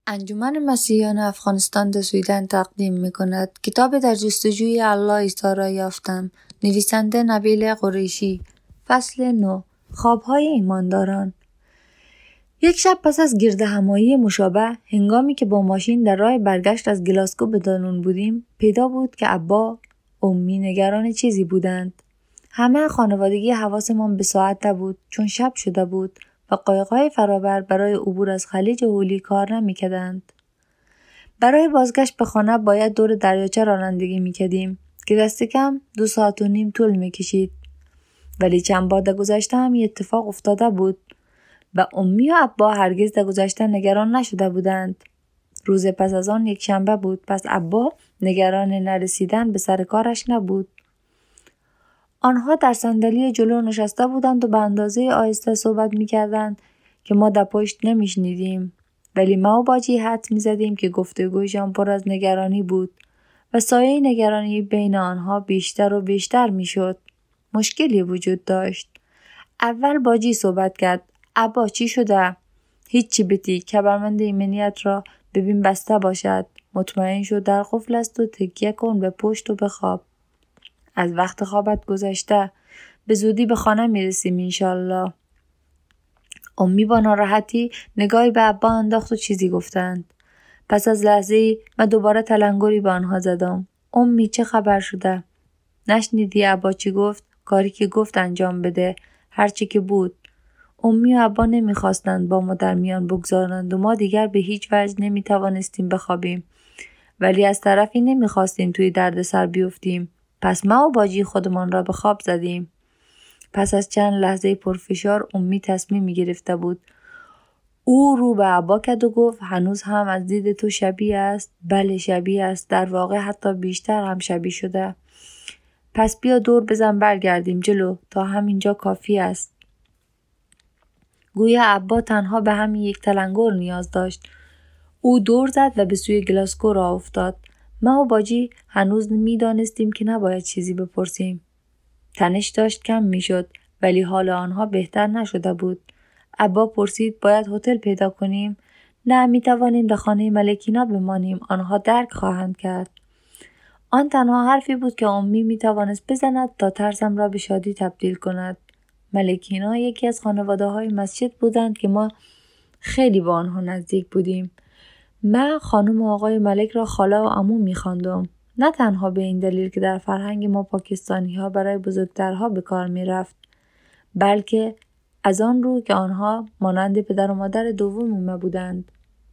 انجمن مسیحیان افغانستان در سویدن تقدیم می‌کند کتاب در جستجوی الله عیسی را یافتم. نویسنده نبیل قریشی. فصل 9. خواب‌های ایمانداران. یک شب پس از گردهمایی مشابه، هنگامی که با ماشین در راه برگشت از گلاسگو به دانون بودیم، پیدا بود که ابا، امی نگران چیزی بودند. همه خانوادگی حواسمان به ساعت نبود، چون شب شده بود و قایق‌های فرابر برای عبور از خلیج هولی کار نمی‌کردند. برای بازگشت به خانه باید دور دریاچه رانندگی می‌کردیم که دست کم 2 ساعت و نیم طول می‌کشید. ولی چند بار در گذشته هم اتفاق افتاده بود و امی و ابا هرگز در گذشته نگران نشده بودند. روز پس از آن یک شنبه بود، پس ابا نگران نرسیدن به سر کارش نبود. آنها در صندلی جلو نشسته بودند و به اندازه آهسته صحبت می‌کردند که ما در پشت نمی‌شنیدیم، ولی ما و باجی حدس می‌زدیم که گفتگویشان پر از نگرانی بود و سایه نگرانی بین آنها بیشتر و بیشتر می‌شد. مشکلی وجود داشت. اول باجی صحبت کرد. ابا چی شده؟ هیچی بیتی، کمربند ایمنیت را ببین بسته باشد. مطمئن شو در قفل است و تکیه کن به پشت و بخواب. از وقت خوابت گذشته. به زودی به خانه میرسیم انشالله. امی با ناراحتی نگاهی به ابا انداخت و چیزی گفتند. پس از لحظه‌ای من دوباره تلنگری به آنها زدم. امی چه خبر شده؟ نشنیدی ابا چی گفت؟ کاری که گفت انجام بده، هرچی که بود. امی و ابا نمیخواستند با ما در میان بگذارند و ما دیگر به هیچ وجه نمیتوانستیم بخوابیم. ولی از طرفی نمیخواستیم توی دردسر بیفتیم. پس ما و باجی خودمان را به خواب زدیم. پس از چند لحظه پرفشار امی تصمیم گرفته بود. او رو به ابا کرد و گفت هنوز هم از دید تو شبیه است؟ بله شبیه است، در واقع حتی بیشتر هم شبیه شده. پس بیا دور بزن برگردیم جلو، تا همینجا کافی است. گویا ابا تنها به همین یک تلنگر نیاز داشت. او دور زد و به سوی گلاسگو راه افتاد. ما و باجی هنوز می‌دانستیم که نباید چیزی بپرسیم. تنش داشت کم می‌شد، ولی حال آنها بهتر نشده بود. ابا پرسید باید هتل پیدا کنیم؟ نه، می‌توانیم در خانه ملکینا بمانیم، آنها درک خواهند کرد. آن تنها حرفی بود که امی می‌توانست بزند تا ترسم را به شادی تبدیل کند. ملکینا یکی از خانواده‌های مسجد بودند که ما خیلی با آنها نزدیک بودیم. من خانم و آقای ملک را خاله و عمو می‌خواندم، نه تنها به این دلیل که در فرهنگ ما پاکستانی‌ها برای بزرگترها به کار می‌رفت، بلکه از آن رو که آنها مانند پدر و مادر دوم ما بودند.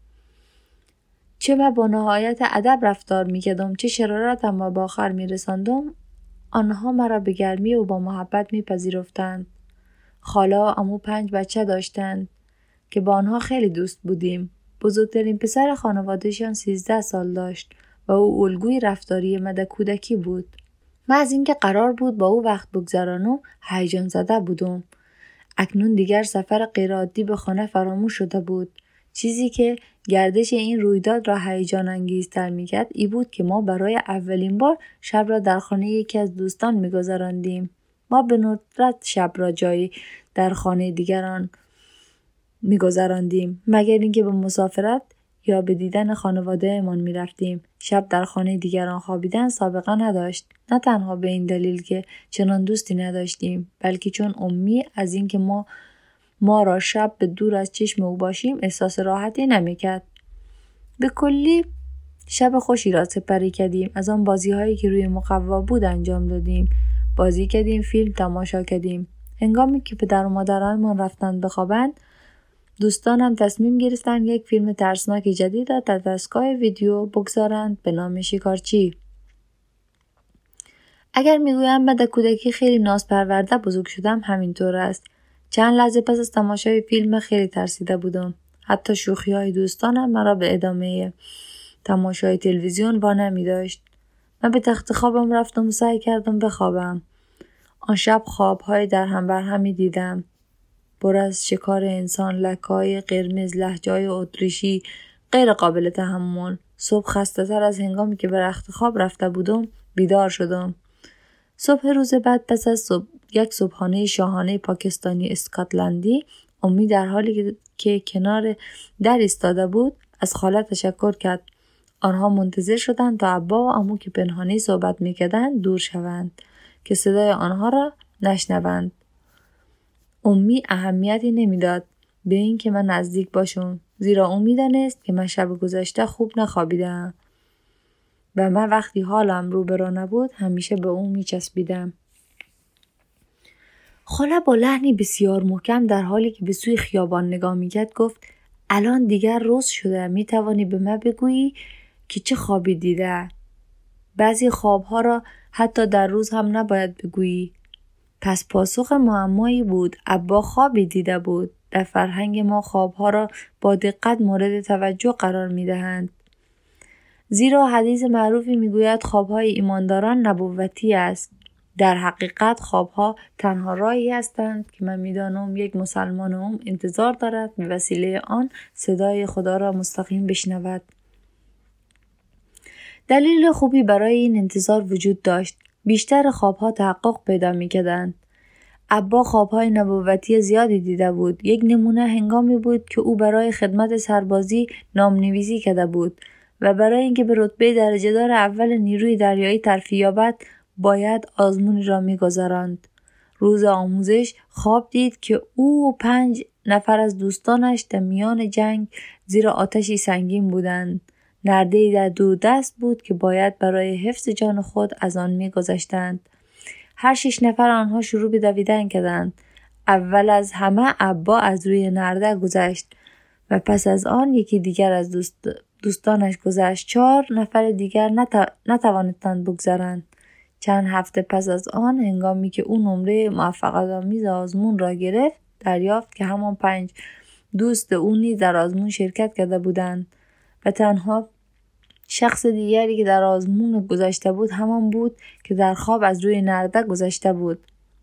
چه من با نهایت ادب رفتار می‌کردم، چه شرارتم را به آخر می‌رساندم، آنها مرا به گرمی و با محبت می‌پذیرفتند. خاله و عمو 5 بچه داشتند که با آنها خیلی دوست بودیم. بزرگترین پسر خانوادهشان 13 سال داشت و او الگوی رفتاری من در کودکی بود. من از اینکه قرار بود با او وقت بگذرانم هیجان زده بودم. اکنون دیگر سفر غیرعادی به خانه فراموش شده بود. چیزی که گردش این رویداد را هیجان انگیزتر می‌کرد این بود که ما برای اولین بار شب را در خانه یکی از دوستان می‌گذراندیم. ما به ندرت شب را جایی در خانه دیگران می‌گذراندیم، مگر اینکه به مسافرت یا به دیدن خانواده‌مان می‌رفتیم. شب در خانه دیگران خوابیدن سابقه نداشت، نه تنها به این دلیل که چنان دوستی نداشتیم، بلکه چون امی از اینکه ما را شب به دور از چشم او باشیم احساس راحتی نمی‌کرد. به کلی شب خوشی را سپری کردیم. از آن بازی‌هایی که روی مقوا بود انجام دادیم. بازی کردیم، فیلم تماشا کردیم. هنگامی که پدر و مادرانمان رفتند بخوابند، دوستانم تصمیم گرفتند یک فیلم ترسناک جدید را در دستگاه ویدیو بگذارند به نام شکارچی. اگر میگویم من در کودکی خیلی ناز پرورده بزرگ شدم، همینطور است. چند لحظه پس از تماشای فیلم خیلی ترسیده بودم. حتی شوخی‌های دوستانم مرا به ادامه تماشای تلویزیون وانمی داشت. من به تخت خوابم رفتم و سعی کردم بخوابم. آن شب خواب‌های در هم بر همی دیدم. پر از شکار انسان، لکه‌های قرمز، لهجه‌های اتریشی غیر قابل تحمل. صبح خسته‌تر از هنگامی که به رخت خواب رفته بودم بیدار شدم. صبح روز بعد پس از یک صبحانه شاهانه پاکستانی اسکاتلندی، امی در حالی که کنار در ایستاده بود از خاله تشکر کرد. آنها منتظر شدند تا ابا و عمو که پنهانی صحبت می‌کردند دور شوند که صدای آنها را نشنوند. امی اهمیتی نمیداد به این که من نزدیک باشم، زیرا او می‌دانست که من شب گذشته خوب نخوابیدم و من وقتی حالم رو به راه نبود همیشه به او می‌چسبیدم. خاله با لحنی بسیار محکم در حالی که به سوی خیابان نگاه می‌کرد گفت: الان دیگر روز شده، می‌توانی به من بگویی که چه خوابی دیده؟ بعضی خوابها را حتی در روز هم نباید بگویی. پس پاسخ معمایی بود. ابا خوابی دیده بود. در فرهنگ ما خوابها را با دقت مورد توجه قرار می‌دهند. زیرا حدیث معروفی می‌گوید خوابهای ایمانداران نبوتی است. در حقیقت خوابها تنها راهی هستند که من می‌دانم یک مسلمان انتظار دارد به وسیله آن صدای خدا را مستقیم بشنود. دلیل خوبی برای این انتظار وجود داشت. بیشتر خوابها تحقق پیدا می‌کردند. ابا خوابهای نبوتی زیادی دیده بود. یک نمونه هنگامی بود که او برای خدمت سربازی نام‌نویسی کرده بود و برای اینکه به رتبه درجه‌دار اول نیروی دریایی ترفیع یابد باید آزمونی را می‌گذراند. روز آموزش خواب دید که او و 5 نفر از دوستانش در میان جنگ زیر آتشی سنگین بودند. نرده‌ای در دو دست بود که باید برای حفظ جان خود از آن می‌گذشتند. هر 6 نفر آنها شروع به دویدن کردند. اول از همه ابا از روی نرده گذشت و پس از آن یکی دیگر از دوستانش گذشت. 4 نفر دیگر نتوانستند بگذرند. چند هفته پس از آن هنگامی که او نمره موفقیت‌آمیز آزمون را گرفت دریافت که همان 5 دوست او نیز در آزمون شرکت کرده بودند و تنها شخص دیگری که در آزمون گذشته بود همان بود که در خواب از روی نرده گذشته بود.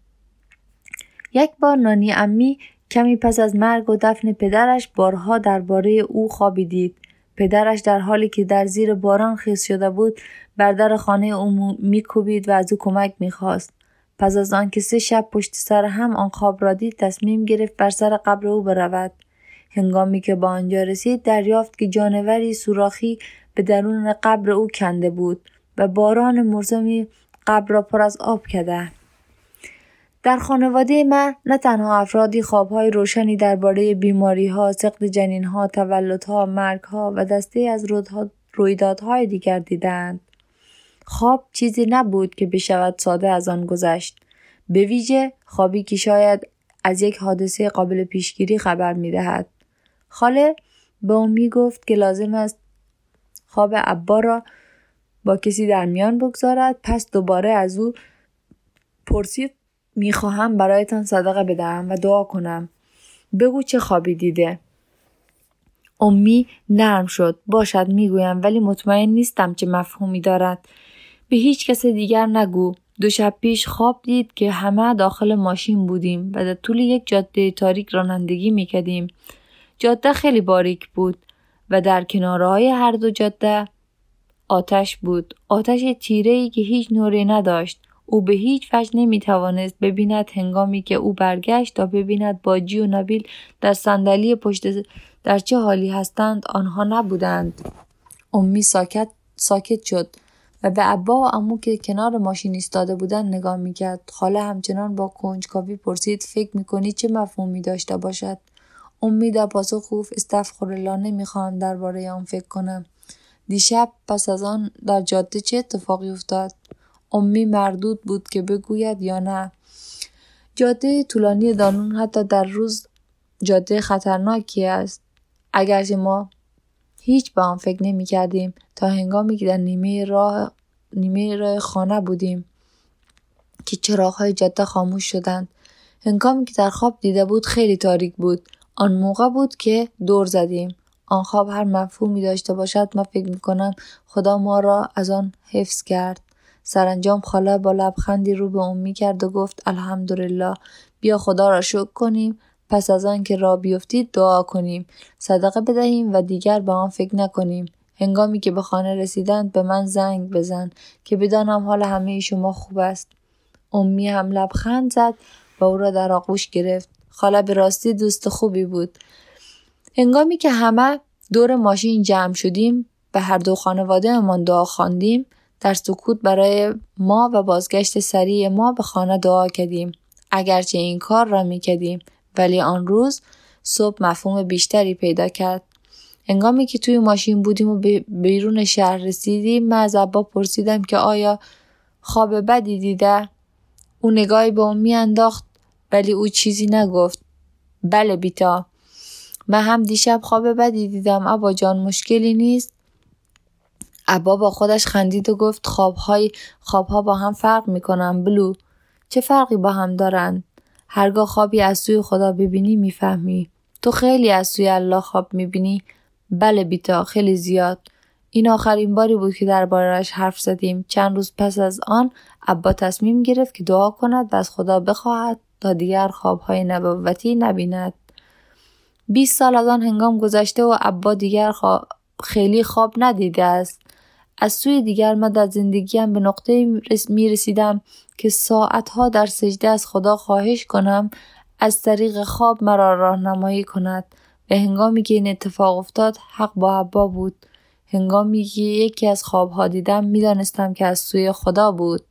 یک بار نانی امی کمی پس از مرگ و دفن پدرش بارها درباره او خوابی دید. پدرش در حالی که در زیر باران خیس شده بود بر در خانه او میکوبید و از او کمک میخواست. پس از آن که 3 شب پشت سر هم آن خواب را دید تصمیم گرفت بر سر قبر او برود. هنگامی که به آنجا رسید دریافت که جانوری سوراخی به درون قبر او کنده بود و باران مرزمی قبر را پر از آب کرده. در خانواده من نه تنها افرادی خوابهای روشنی درباره بیماری‌ها، سقط جنین‌ها، تولدها، مرگ‌ها و دسته از رویدادهای دیگر دیدند. خواب چیزی نبود که بشود ساده از آن گذشت. به ویژه خوابی که شاید از یک حادثه قابل پیشگیری خبر می‌دهد. خاله به امی گفت که لازم است خواب ابا را با کسی در میان بگذارد. پس دوباره از او پرسید: میخواهم برایتان صدقه بدهم و دعا کنم. بگو چه خوابی دیده؟ امی نرم شد. باشد میگویم، ولی مطمئن نیستم چه مفهومی دارد. به هیچ کس دیگر نگو. 2 شب پیش خواب دید که همه داخل ماشین بودیم و در طول یک جاده تاریک رانندگی میکردیم. جاده خیلی باریک بود و در کنارهای هر دو جاده آتش بود. آتش تیره‌ای که هیچ نوری نداشت. او به هیچ وجه نمیتوانست ببیند. هنگامی که او برگشت تا ببیند باجی و نبیل در صندلی پشت در چه حالی هستند آنها نبودند. امی ساکت شد و به ابا و عمو که کنار ماشین ایستاده بودند نگاه میکرد. خاله همچنان با کنجکاوی پرسید: فکر میکنی چه مفهومی داشته باشد؟ امی در پاسخ گفت: استغفرالله، نمیخواهم درباره آن فکر کنم. دیشب پس از آن در جاده چه اتفاقی افتاد؟ امی مردود بود که بگوید یا نه. جاده طولانی دانون حتی در روز جاده خطرناکی است. اگرچه ما هیچ به آن فکر نمی کردیم تا هنگامی که در نیمه راه خانه بودیم که چراغ‌های جاده خاموش شدند. هنگامی که در خواب دیده بود خیلی تاریک بود. آن موقع بود که دور زدیم. آن خواب هر مفهومی داشته باشد من فکر می‌کنم خدا ما را از آن حفظ کرد. سرانجام خاله با لبخندی رو به امی کرد و گفت: الحمدلله، بیا خدا را شکر کنیم. پس از آن که راه بیفتید دعا کنیم، صدقه بدهیم و دیگر به آن فکر نکنیم. هنگامی که به خانه رسیدند به من زنگ بزن که بدانم حال همه شما خوب است. امی هم لبخند زد و او را در آغوش گرفت. خاله به راستی دوست خوبی بود. هنگامی که همه دور ماشین جمع شدیم، به هر دو خانواده من دعا خواندیم، در سکوت برای ما و بازگشت سریع ما به خانه دعا کردیم. اگرچه این کار را می‌کردیم، ولی آن روز صبح مفهوم بیشتری پیدا کرد. هنگامی که توی ماشین بودیم و بیرون شهر رسیدیم، من از ابا پرسیدم که آیا خواب بدی دیده؟ او نگاهی به اون میانداخت، ولی او چیزی نگفت. بله بیتا، من هم دیشب خواب بدی دیدم ابا جان، مشکلی نیست؟ ابا با خودش خندید و گفت خوابها با هم فرق میکنن بلو. چه فرقی با هم دارن؟ هرگاه خوابی از سوی خدا ببینی میفهمی. تو خیلی از سوی الله خواب میبینی؟ بله بیتا، خیلی زیاد. این آخرین باری بود که درباره‌اش حرف زدیم. چند روز پس از آن ابا تصمیم گرفت که دعا کند و از خدا بخواهد تا دیگر خوابهای نبوتی نبیند. 20 سال از آن هنگام گذشته و ابا دیگر خیلی خواب ندیده است. از سوی دیگر من در زندگیم به نقطه می رسیدم که ساعتها در سجده از خدا خواهش کنم از طریق خواب مرا راهنمایی کند. و هنگامی که این اتفاق افتاد حق با ابا بود. هنگامی که یکی از خوابها دیدم می دانستم که از سوی خدا بود.